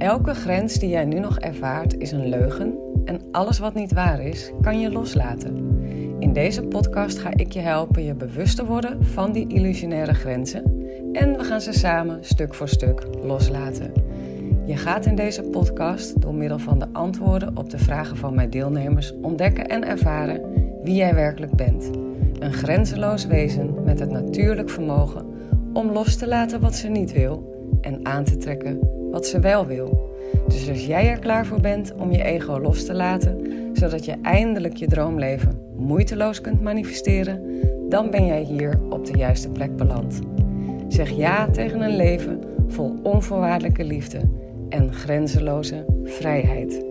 Elke grens die jij nu nog ervaart is een leugen en alles wat niet waar is, kan je loslaten. In deze podcast ga ik je helpen je bewust te worden van die illusionaire grenzen en we gaan ze samen stuk voor stuk loslaten. Je gaat in deze podcast door middel van de antwoorden op de vragen van mijn deelnemers ontdekken en ervaren wie jij werkelijk bent. Een grenzeloos wezen met het natuurlijk vermogen om los te laten wat ze niet wil en aan te trekken wat ze wel wil. Dus als jij er klaar voor bent om je ego los te laten, zodat je eindelijk je droomleven moeiteloos kunt manifesteren, dan ben jij hier op de juiste plek beland. Zeg ja tegen een leven vol onvoorwaardelijke liefde en grenzeloze vrijheid.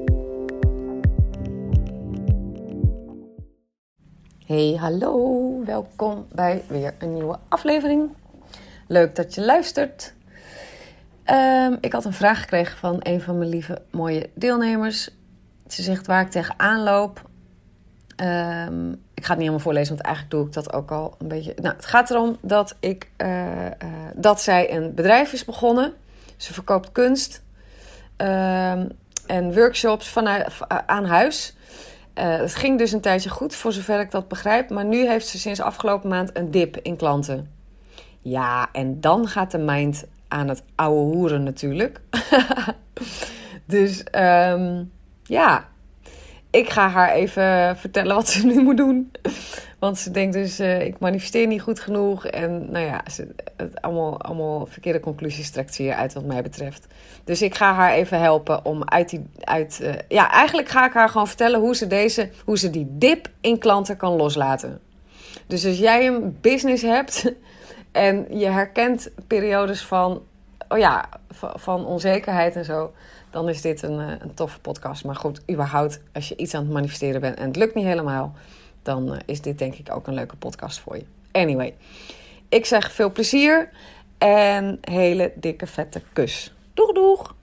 Hey, hallo, welkom bij weer een nieuwe aflevering. Leuk dat je luistert. Ik had een vraag gekregen van een van mijn lieve mooie deelnemers. Ze zegt waar ik tegenaan loop. Ik ga het niet helemaal voorlezen, want eigenlijk doe ik dat ook al een beetje. Nou, het gaat erom dat zij een bedrijf is begonnen. Ze verkoopt kunst en workshops aan huis. Het ging dus een tijdje goed, voor zover ik dat begrijp. Maar nu heeft ze sinds afgelopen maand een dip in klanten. Ja, en dan gaat de mind aan het ouwe hoeren natuurlijk. Dus ja, ik ga haar even vertellen wat ze nu moet doen. Want ze denkt dus, ik manifesteer niet goed genoeg. En nou ja, het allemaal verkeerde conclusies trekt ze hier uit wat mij betreft. Dus ik ga haar even helpen om eigenlijk ga ik haar gewoon vertellen hoe ze die dip in klanten kan loslaten. Dus als jij een business hebt en je herkent periodes van onzekerheid en zo, dan is dit een toffe podcast. Maar goed, überhaupt, als je iets aan het manifesteren bent en het lukt niet helemaal, dan is dit denk ik ook een leuke podcast voor je. Anyway, ik zeg veel plezier en hele dikke vette kus. Doeg doeg!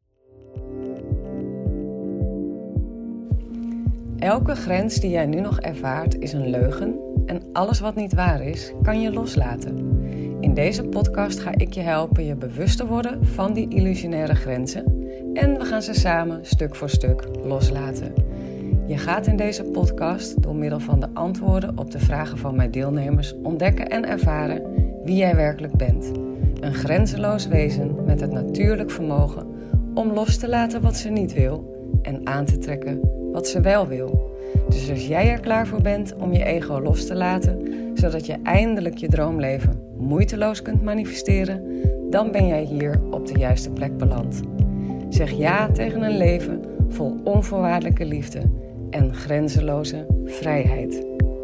Elke grens die jij nu nog ervaart is een leugen en alles wat niet waar is, kan je loslaten. In deze podcast ga ik je helpen je bewust te worden van die illusionaire grenzen en we gaan ze samen stuk voor stuk loslaten. Je gaat in deze podcast door middel van de antwoorden op de vragen van mijn deelnemers ontdekken en ervaren wie jij werkelijk bent. Een grenzeloos wezen met het natuurlijk vermogen om los te laten wat ze niet wil en aan te trekken wat ze wel wil. Dus als jij er klaar voor bent om je ego los te laten, zodat je eindelijk je droomleven moeiteloos kunt manifesteren, dan ben jij hier op de juiste plek beland. Zeg ja tegen een leven vol onvoorwaardelijke liefde en grenzeloze vrijheid.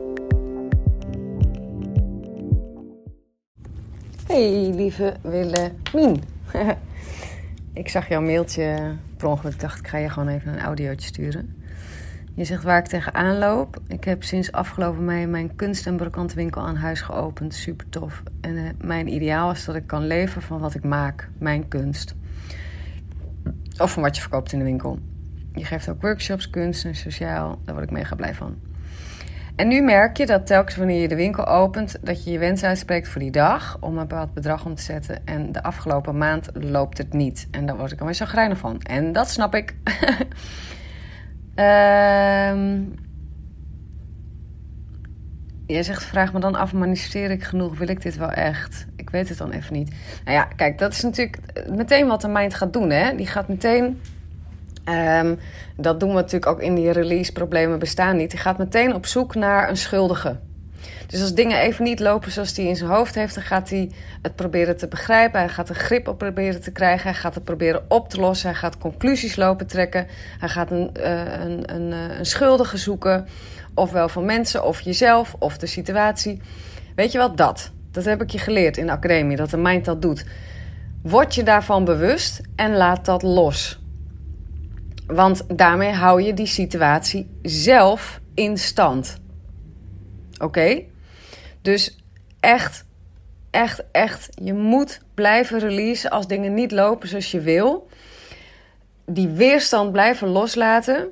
Hey lieve Willemien. Ik zag jouw mailtje per ongeluk. Ik dacht, ik ga je gewoon even een audiootje sturen. Je zegt waar ik tegenaan loop. Ik heb sinds afgelopen mei mijn kunst- en brokantenwinkel aan huis geopend. Super tof. En mijn ideaal is dat ik kan leven van wat ik maak. Mijn kunst. Of van wat je verkoopt in de winkel. Je geeft ook workshops, kunst en sociaal. Daar word ik mega blij van. En nu merk je dat telkens wanneer je de winkel opent, dat je je wens uitspreekt voor die dag om een bepaald bedrag om te zetten. En de afgelopen maand loopt het niet. En daar word ik alweer chagrijnig van. En dat snap ik. Jij zegt, vraag me dan af, manifesteer ik genoeg? Wil ik dit wel echt? Ik weet het dan even niet. Nou ja, kijk, dat is natuurlijk meteen wat de mind gaat doen, hè? Die gaat meteen, dat doen we natuurlijk ook in die release, problemen bestaan niet. Die gaat meteen op zoek naar een schuldige. Dus als dingen even niet lopen zoals hij in zijn hoofd heeft, dan gaat hij het proberen te begrijpen. Hij gaat er grip op proberen te krijgen. Hij gaat het proberen op te lossen. Hij gaat conclusies lopen trekken. Hij gaat een schuldige zoeken. Ofwel van mensen, of jezelf, of de situatie. Weet je wat? Dat heb ik je geleerd in de academie, dat de mind dat doet. Word je daarvan bewust en laat dat los. Want daarmee hou je die situatie zelf in stand. Oké? Dus echt, je moet blijven releasen als dingen niet lopen zoals je wil. Die weerstand blijven loslaten.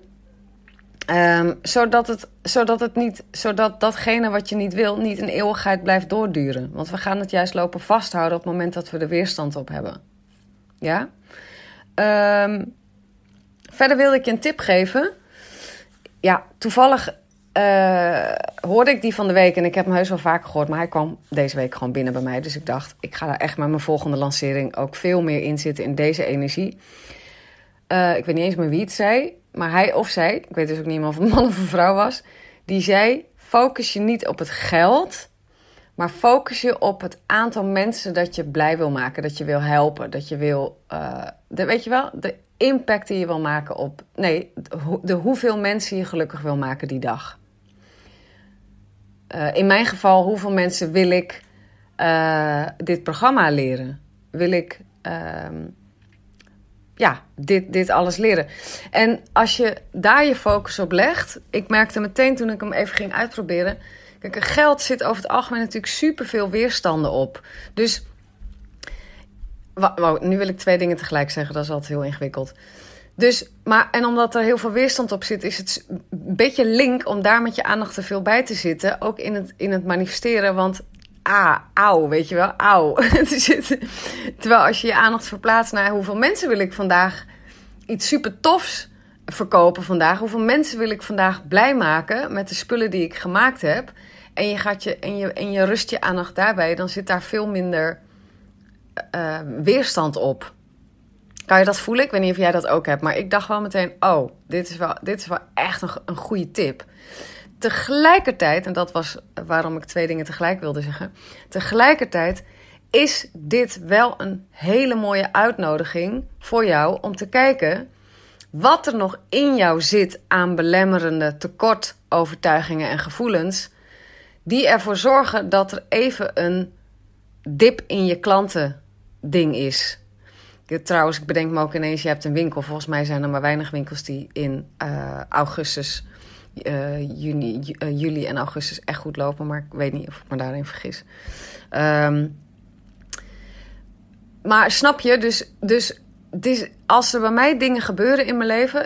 Zodat datgene wat je niet wil niet een eeuwigheid blijft doorduren. Want we gaan het juist lopen vasthouden op het moment dat we er weerstand op hebben. Ja? Verder wilde ik je een tip geven. Ja, toevallig hoorde ik die van de week. En ik heb hem heus wel vaker gehoord. Maar hij kwam deze week gewoon binnen bij mij. Dus ik dacht, ik ga daar echt met mijn volgende lancering ook veel meer in zitten. In deze energie. Ik weet niet eens meer wie het zei. Maar hij of zij, ik weet dus ook niet meer of het een man of een vrouw was. Die zei, focus je niet op het geld. Maar focus je op het aantal mensen dat je blij wil maken. Dat je wil helpen. Dat je wil, weet je wel, de impact die je wil maken op... Nee, de hoeveel mensen je gelukkig wil maken die dag. In mijn geval, hoeveel mensen wil ik dit programma leren? Wil ik dit alles leren? En als je daar je focus op legt... Ik merkte meteen toen ik hem even ging uitproberen... Kijk, geld zit over het algemeen natuurlijk superveel weerstanden op. Dus, nu wil ik 2 dingen tegelijk zeggen. Dat is altijd heel ingewikkeld. Dus, en omdat er heel veel weerstand op zit... is het een beetje link om daar met je aandacht te veel bij te zitten. Ook in het manifesteren, want... auw, weet je wel, auw. Terwijl als je je aandacht verplaatst naar... hoeveel mensen wil ik vandaag iets super tofs verkopen vandaag? Hoeveel mensen wil ik vandaag blij maken met de spullen die ik gemaakt heb? En je rust je aandacht daarbij, dan zit daar veel minder weerstand op. Kan je dat voelen? Ik weet niet of jij dat ook hebt, maar ik dacht wel meteen, dit is wel echt een goede tip. Tegelijkertijd, en dat was waarom ik 2 dingen tegelijk wilde zeggen. Tegelijkertijd is dit wel een hele mooie uitnodiging voor jou om te kijken wat er nog in jou zit aan belemmerende tekortovertuigingen en gevoelens, die ervoor zorgen dat er even een dip in je klantending is. Trouwens, ik bedenk me ook ineens, je hebt een winkel. Volgens mij zijn er maar weinig winkels die in augustus, juli en augustus echt goed lopen. Maar ik weet niet of ik me daarin vergis. Maar snap je, dus als er bij mij dingen gebeuren in mijn leven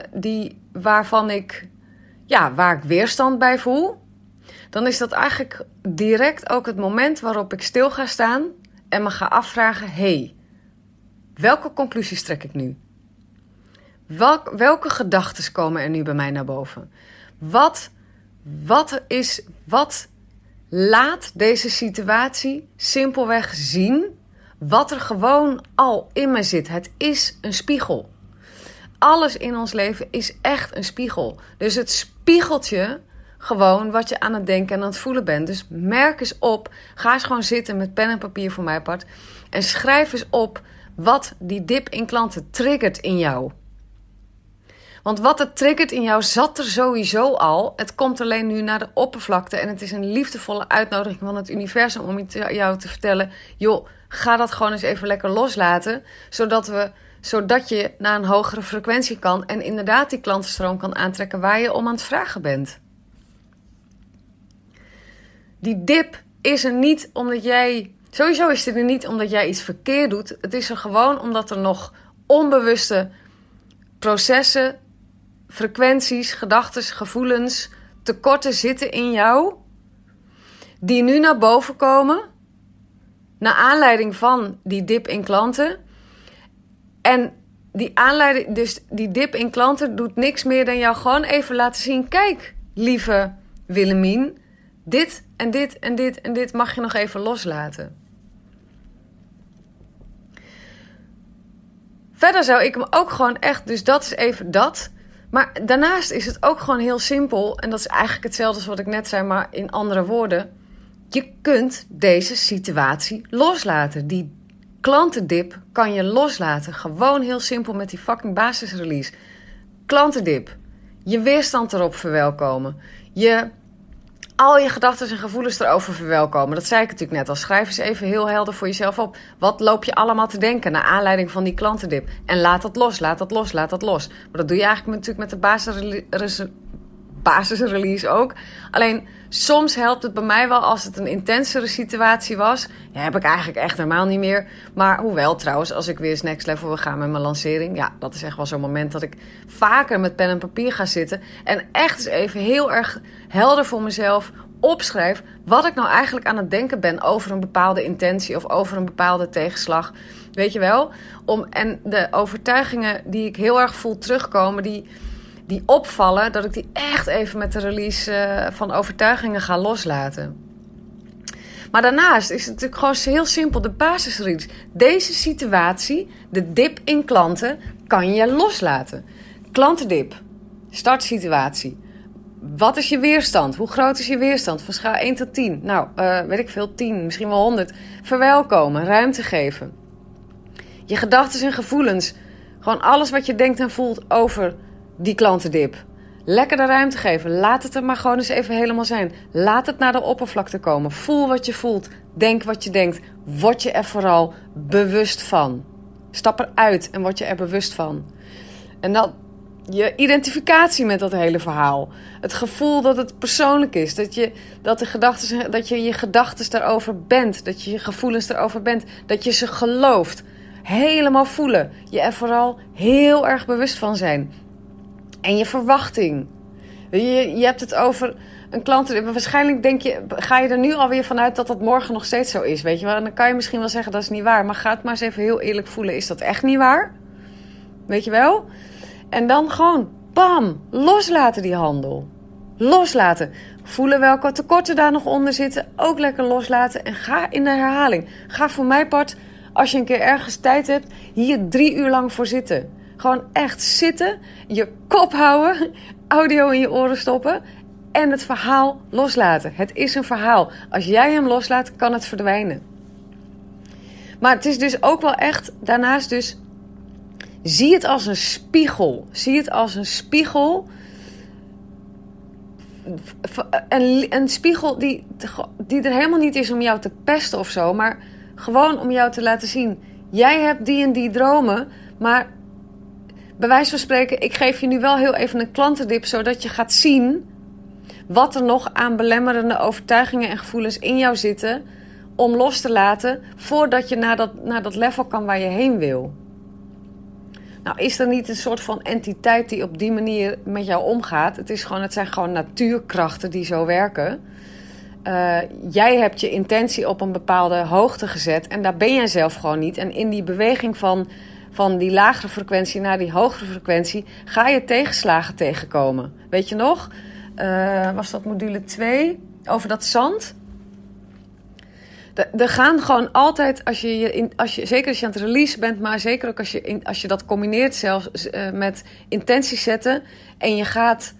waar ik weerstand bij voel, dan is dat eigenlijk direct ook het moment waarop ik stil ga staan en me ga afvragen, welke conclusies trek ik nu? Welke gedachten komen er nu bij mij naar boven? Wat laat deze situatie simpelweg zien wat er gewoon al in me zit? Het is een spiegel. Alles in ons leven is echt een spiegel. Dus het spiegelt je gewoon wat je aan het denken en aan het voelen bent. Dus merk eens op. Ga eens gewoon zitten met pen en papier voor mij apart. En schrijf eens op wat die dip in klanten triggert in jou. Want wat het triggert in jou zat er sowieso al. Het komt alleen nu naar de oppervlakte. En het is een liefdevolle uitnodiging van het universum om jou te vertellen, joh, ga dat gewoon eens even lekker loslaten. Zodat je naar een hogere frequentie kan en inderdaad die klantenstroom kan aantrekken waar je om aan het vragen bent. Die dip is er niet omdat jij... Sowieso is het er niet omdat jij iets verkeerd doet. Het is er gewoon omdat er nog onbewuste processen, frequenties, gedachten, gevoelens, tekorten zitten in jou, die nu naar boven komen, naar aanleiding van die dip in klanten. En die dip in klanten doet niks meer dan jou gewoon even laten zien, kijk, lieve Willemien, dit en dit en dit en dit mag je nog even loslaten. Verder zou ik hem ook gewoon echt, dus dat is even dat. Maar daarnaast is het ook gewoon heel simpel. En dat is eigenlijk hetzelfde als wat ik net zei, maar in andere woorden. Je kunt deze situatie loslaten. Die klantendip kan je loslaten. Gewoon heel simpel met die fucking basisrelease. Klantendip. Je weerstand erop verwelkomen. Al je gedachten en gevoelens erover verwelkomen. Dat zei ik natuurlijk net al. Schrijf eens even heel helder voor jezelf op. Wat loop je allemaal te denken naar aanleiding van die klantendip? En laat dat los, laat dat los, laat dat los. Maar dat doe je eigenlijk natuurlijk met de basisrelease ook. Alleen soms helpt het bij mij wel als het een intensere situatie was. Ja, heb ik eigenlijk echt helemaal niet meer. Maar hoewel trouwens, als ik weer eens next level wil gaan met mijn lancering. Ja, dat is echt wel zo'n moment dat ik vaker met pen en papier ga zitten. En echt eens even heel erg helder voor mezelf opschrijf wat ik nou eigenlijk aan het denken ben over een bepaalde intentie of over een bepaalde tegenslag. Weet je wel? En de overtuigingen die ik heel erg voel terugkomen, die opvallen, dat ik die echt even met de release van overtuigingen ga loslaten. Maar daarnaast is het natuurlijk gewoon heel simpel, de basisrelease. Deze situatie, de dip in klanten, kan je loslaten. Klantendip, startsituatie. Wat is je weerstand? Hoe groot is je weerstand? Van schaal 1 tot 10. Nou, weet ik veel, 10, misschien wel 100. Verwelkomen, ruimte geven. Je gedachten en gevoelens. Gewoon alles wat je denkt en voelt over die klantendip. Lekker de ruimte geven. Laat het er maar gewoon eens even helemaal zijn. Laat het naar de oppervlakte komen. Voel wat je voelt. Denk wat je denkt. Word je er vooral bewust van. Stap eruit en word je er bewust van. En dan je identificatie met dat hele verhaal. Het gevoel dat het persoonlijk is. Dat je je gedachten daarover bent. Dat je je gevoelens daarover bent. Dat je ze gelooft. Helemaal voelen. Je er vooral heel erg bewust van zijn. En je verwachting. Je hebt het over een klant. Waarschijnlijk ga je er nu alweer vanuit dat dat morgen nog steeds zo is. Weet je wel? En dan kan je misschien wel zeggen dat is niet waar. Maar ga het maar eens even heel eerlijk voelen. Is dat echt niet waar? Weet je wel? En dan gewoon, bam, loslaten die handel. Loslaten. Voelen welke tekorten daar nog onder zitten. Ook lekker loslaten. En ga in de herhaling. Ga voor mijn part, als je een keer ergens tijd hebt, hier 3 uur lang voor zitten. Gewoon echt zitten, je kop houden, audio in je oren stoppen en het verhaal loslaten. Het is een verhaal. Als jij hem loslaat, kan het verdwijnen. Maar het is dus ook wel echt, daarnaast dus, zie het als een spiegel. Zie het als een spiegel. Een spiegel die er helemaal niet is om jou te pesten of zo, maar gewoon om jou te laten zien. Jij hebt die en die dromen, maar bij wijze van spreken, ik geef je nu wel heel even een klantendip, zodat je gaat zien wat er nog aan belemmerende overtuigingen en gevoelens in jou zitten om los te laten voordat je naar dat level kan waar je heen wil. Nou, is er niet een soort van entiteit die op die manier met jou omgaat? Het zijn gewoon natuurkrachten die zo werken. Jij hebt je intentie op een bepaalde hoogte gezet en daar ben jij zelf gewoon niet. En in die beweging van die lagere frequentie naar die hogere frequentie ga je tegenslagen tegenkomen. Weet je nog? Was dat module 2 over dat zand? Er gaan gewoon altijd, zeker als je aan het release bent, maar zeker ook als je dat combineert zelfs met intenties zetten en je gaat,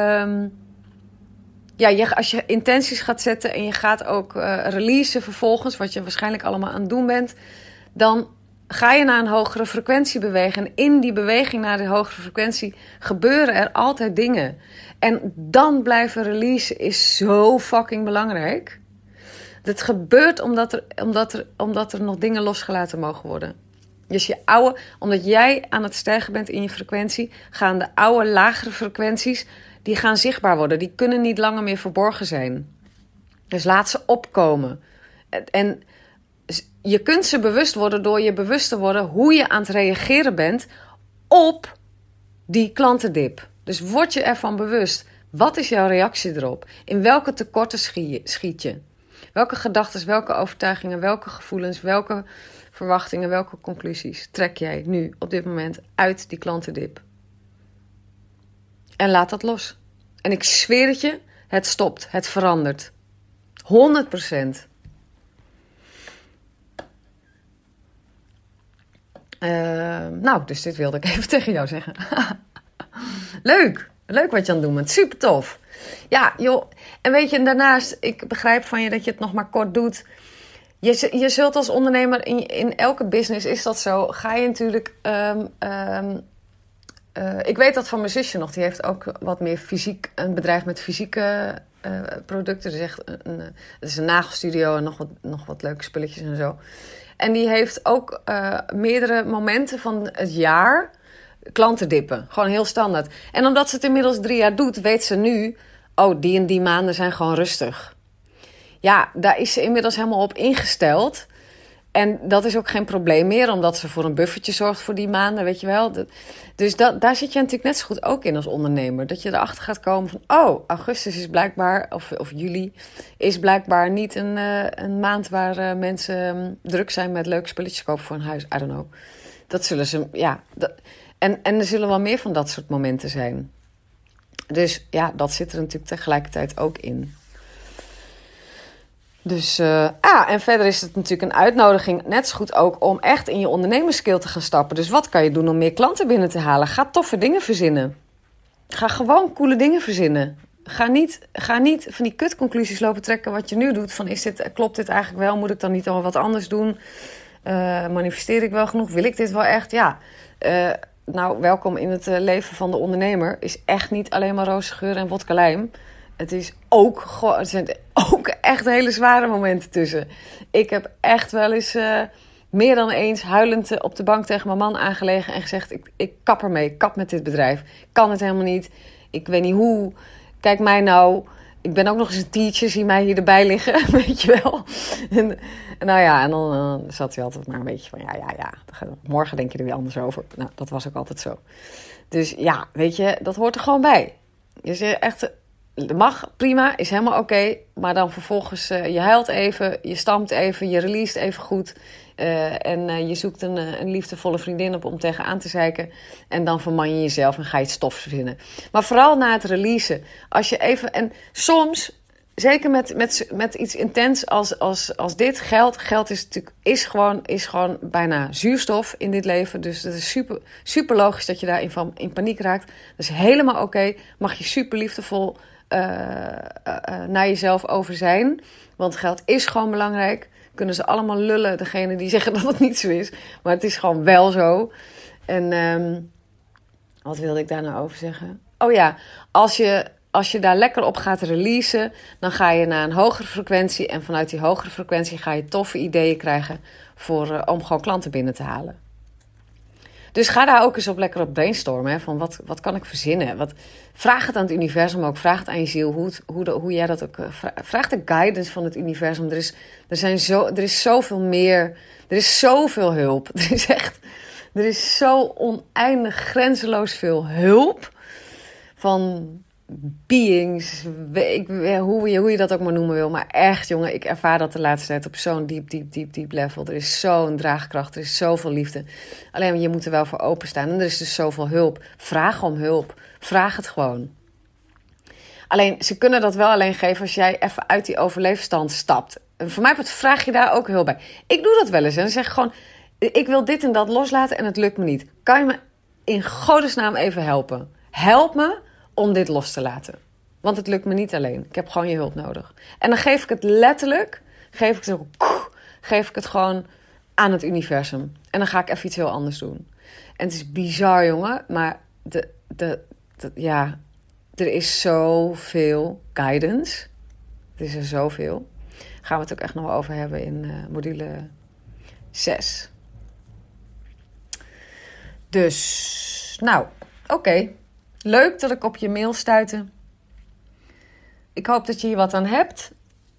als je intenties gaat zetten en je gaat ook releasen vervolgens, wat je waarschijnlijk allemaal aan het doen bent, dan ga je naar een hogere frequentie bewegen. En in die beweging naar de hogere frequentie gebeuren er altijd dingen. En dan blijven releasen is zo fucking belangrijk. Dat gebeurt omdat er nog dingen losgelaten mogen worden. Dus omdat jij aan het stijgen bent in je frequentie, gaan de oude lagere frequenties, die gaan zichtbaar worden. Die kunnen niet langer meer verborgen zijn. Dus laat ze opkomen. En je kunt ze bewust worden door je bewust te worden hoe je aan het reageren bent op die klantendip. Dus word je ervan bewust. Wat is jouw reactie erop? In welke tekorten schiet je? Welke gedachten, welke overtuigingen, welke gevoelens, welke verwachtingen, welke conclusies trek jij nu op dit moment uit die klantendip? En laat dat los. En ik zweer het je, het stopt, het verandert. 100%. Dus dit wilde ik even tegen jou zeggen. Leuk wat je aan het doen bent. Super tof. Ja, joh. En weet je, en daarnaast, ik begrijp van je dat je het nog maar kort doet. Je zult als ondernemer in elke business, is dat zo, ga je natuurlijk... ik weet dat van mijn zusje nog. Die heeft ook wat meer fysiek, een bedrijf met fysieke producten. Dus echt het is een nagelstudio en nog wat leuke spulletjes en zo. En die heeft ook meerdere momenten van het jaar klantendippen. Gewoon heel standaard. En omdat ze het inmiddels 3 jaar doet, weet ze nu, die en die maanden zijn gewoon rustig. Ja, daar is ze inmiddels helemaal op ingesteld. En dat is ook geen probleem meer, omdat ze voor een buffertje zorgt voor die maanden, weet je wel. Dus daar zit je natuurlijk net zo goed ook in als ondernemer. Dat je erachter gaat komen van, augustus is blijkbaar, of juli, is blijkbaar niet een maand waar mensen druk zijn met leuke spulletjes kopen voor een huis. I don't know. Dat zullen ze, en er zullen wel meer van dat soort momenten zijn. Dus ja, dat zit er natuurlijk tegelijkertijd ook in. Dus, en verder is het natuurlijk een uitnodiging, net zo goed ook, om echt in je ondernemerskill te gaan stappen. Dus wat kan je doen om meer klanten binnen te halen? Ga toffe dingen verzinnen. Ga gewoon coole dingen verzinnen. Ga niet van die kutconclusies lopen trekken wat je nu doet. Van, klopt dit eigenlijk wel? Moet ik dan niet al wat anders doen? Manifesteer ik wel genoeg? Wil ik dit wel echt? Ja, welkom in het leven van de ondernemer. Is echt niet alleen maar roze geur en wodka lijm. Er zijn ook echt hele zware momenten tussen. Ik heb echt wel eens meer dan eens huilend op de bank tegen mijn man aangelegen en gezegd, ik kap ermee, ik kap met dit bedrijf. Ik kan het helemaal niet. Ik weet niet hoe. Kijk mij nou. Ik ben ook nog eens een teacher, zie mij hier erbij liggen, weet je wel. En dan zat hij altijd maar een beetje van, ja. Morgen denk je er weer anders over. Nou, dat was ook altijd zo. Dus ja, weet je, dat hoort er gewoon bij. Je zegt echt, dat mag, prima, is helemaal oké. Maar dan vervolgens, je huilt even, je stampt even, je released even goed. En je zoekt een liefdevolle vriendin op om tegenaan te zeiken. En dan verman je jezelf en ga je het stof verzinnen. Maar vooral na het releasen. Als je even, en soms, zeker met iets intens als dit, geld is gewoon bijna zuurstof in dit leven. Dus het is super, super logisch dat je daarin in paniek raakt. Dat is helemaal oké. Mag je super liefdevol naar jezelf over zijn. Want geld is gewoon belangrijk. Kunnen ze allemaal lullen, degene die zeggen dat het niet zo is. Maar het is gewoon wel zo. En wat wilde ik daar nou over zeggen? Oh ja, als je daar lekker op gaat releasen, dan ga je naar een hogere frequentie. En vanuit die hogere frequentie ga je toffe ideeën krijgen om gewoon klanten binnen te halen. Dus ga daar ook eens lekker op brainstormen. Hè, van wat kan ik verzinnen? Vraag het aan het universum ook. Vraag het aan je ziel. Hoe jij dat ook... Vraag de guidance van het universum. Er is zoveel meer. Er is zoveel hulp. Er is zo oneindig grenzeloos veel hulp. Van beings. Hoe je dat ook maar noemen wil. Maar echt, jongen, ik ervaar dat de laatste tijd op zo'n diep level. Er is zo'n draagkracht. Er is zoveel liefde. Alleen, je moet er wel voor openstaan. En er is dus zoveel hulp. Vraag om hulp. Vraag het gewoon. Alleen, ze kunnen dat wel alleen geven als jij even uit die overleefstand stapt. En voor mij vraag je daar ook hulp bij. Ik doe dat wel eens. En dan zeg ik gewoon, ik wil dit en dat loslaten en het lukt me niet. Kan je me in godesnaam even helpen? Help me om dit los te laten. Want het lukt me niet alleen. Ik heb gewoon je hulp nodig. En dan geef ik het letterlijk, geef ik het gewoon aan het universum. En dan ga ik even iets heel anders doen. En het is bizar, jongen. Maar er is zoveel guidance. Er is er zoveel. Daar gaan we het ook echt nog wel over hebben in module 6. Dus, oké. Leuk dat ik op je mail stuitte. Ik hoop dat je hier wat aan hebt.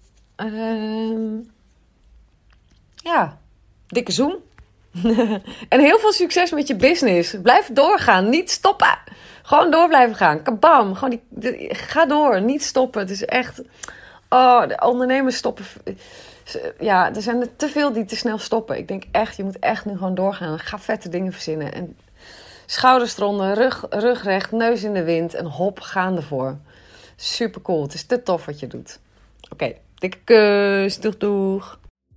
Dikke zoen. En heel veel succes met je business. Blijf doorgaan, niet stoppen. Gewoon door blijven gaan. Kabam. Gewoon ga door, niet stoppen. Het is echt... de ondernemers stoppen... Ja, er zijn er te veel die te snel stoppen. Ik denk echt, je moet echt nu gewoon doorgaan. Ga vette dingen verzinnen. En schouders eronder, rug recht, neus in de wind. En hop, gaan ervoor. Super cool. Het is te tof wat je doet. Oké, dikke kus. Doeg, doeg.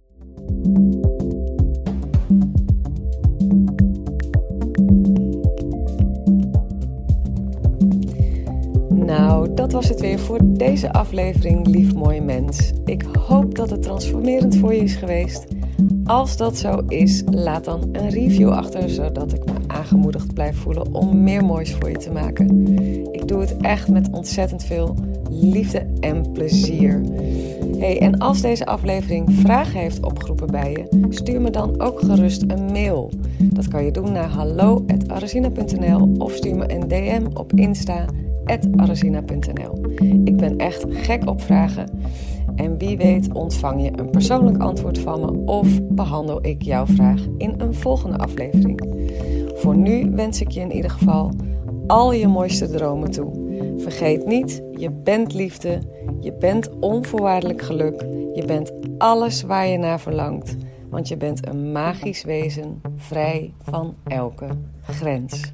Nou, dat was het weer voor deze aflevering, lief mooi mens. Ik hoop dat het transformerend voor je is geweest. Als dat zo is, laat dan een review achter, zodat ik me aangemoedigd blijf voelen om meer moois voor je te maken. Ik doe het echt met ontzettend veel liefde en plezier. Hey, en als deze aflevering vragen heeft opgeroepen bij je, stuur me dan ook gerust een mail. Dat kan je doen naar hallo@arrezina.nl of stuur me een DM op Insta @arrezina.nl. Ik ben echt gek op vragen. En wie weet ontvang je een persoonlijk antwoord van me of behandel ik jouw vraag in een volgende aflevering. Voor nu wens ik je in ieder geval al je mooiste dromen toe. Vergeet niet, je bent liefde, je bent onvoorwaardelijk geluk, je bent alles waar je naar verlangt. Want je bent een magisch wezen, vrij van elke grens.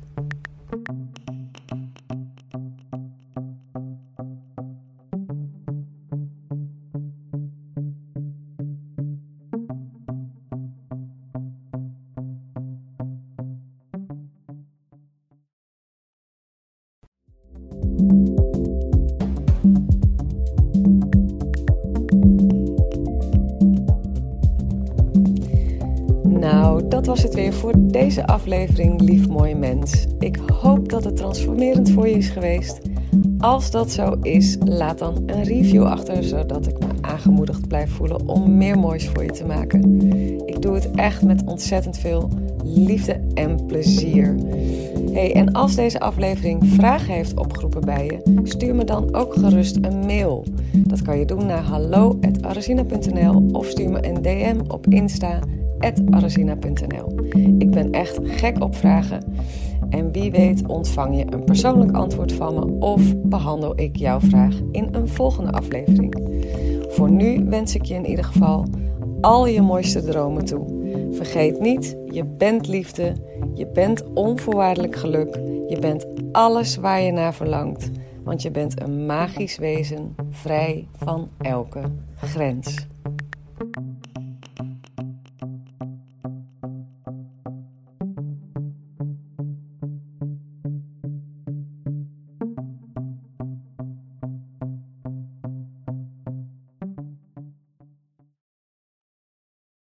Nou, dat was het weer voor deze aflevering, lief mooie mens. Ik hoop dat het transformerend voor je is geweest. Als dat zo is, laat dan een review achter, zodat ik me aangemoedigd blijf voelen om meer moois voor je te maken. Ik doe het echt met ontzettend veel liefde en plezier. Hey, en als deze aflevering vragen heeft opgeroepen bij je, stuur me dan ook gerust een mail. Dat kan je doen naar hallo@arrezina.nl of stuur me een DM op Insta @arrezina.nl. Ik ben echt gek op vragen. En wie weet ontvang je een persoonlijk antwoord van me of behandel ik jouw vraag in een volgende aflevering. Voor nu wens ik je in ieder geval al je mooiste dromen toe. Vergeet niet, je bent liefde, je bent onvoorwaardelijk geluk, je bent alles waar je naar verlangt. Want je bent een magisch wezen, vrij van elke grens.